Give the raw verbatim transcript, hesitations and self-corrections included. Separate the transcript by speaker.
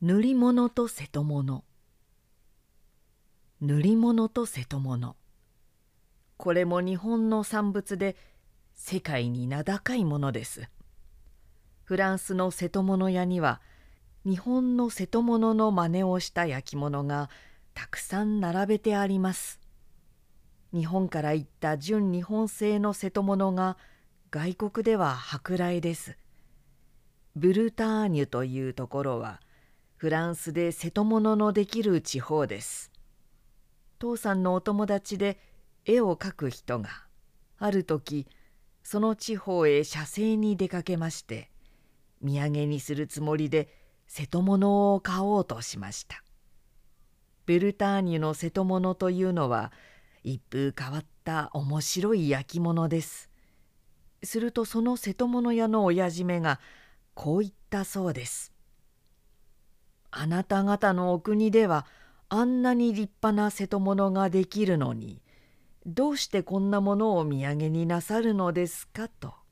Speaker 1: 塗り物と瀬戸物。塗り物と瀬戸物。これも日本の産物で世界に名高いものです。フランスの瀬戸物屋には日本の瀬戸物の真似をした焼き物がたくさん並べてあります。日本から行った純日本製の瀬戸物が外国では舶来です。ブルターニュというところはフランスで瀬戸物のできる地方です。父さんのお友達で絵を描く人がある時その地方へ写生に出かけまして、土産にするつもりで瀬戸物を買おうとしました。ブルターニュの瀬戸物というのは一風変わった面白い焼き物です。するとその瀬戸物屋の親父めがこう言ったそうです。あなた方のお国ではあんなに立派な瀬戸物ができるのに、どうしてこんなものを土産になさるのですかと。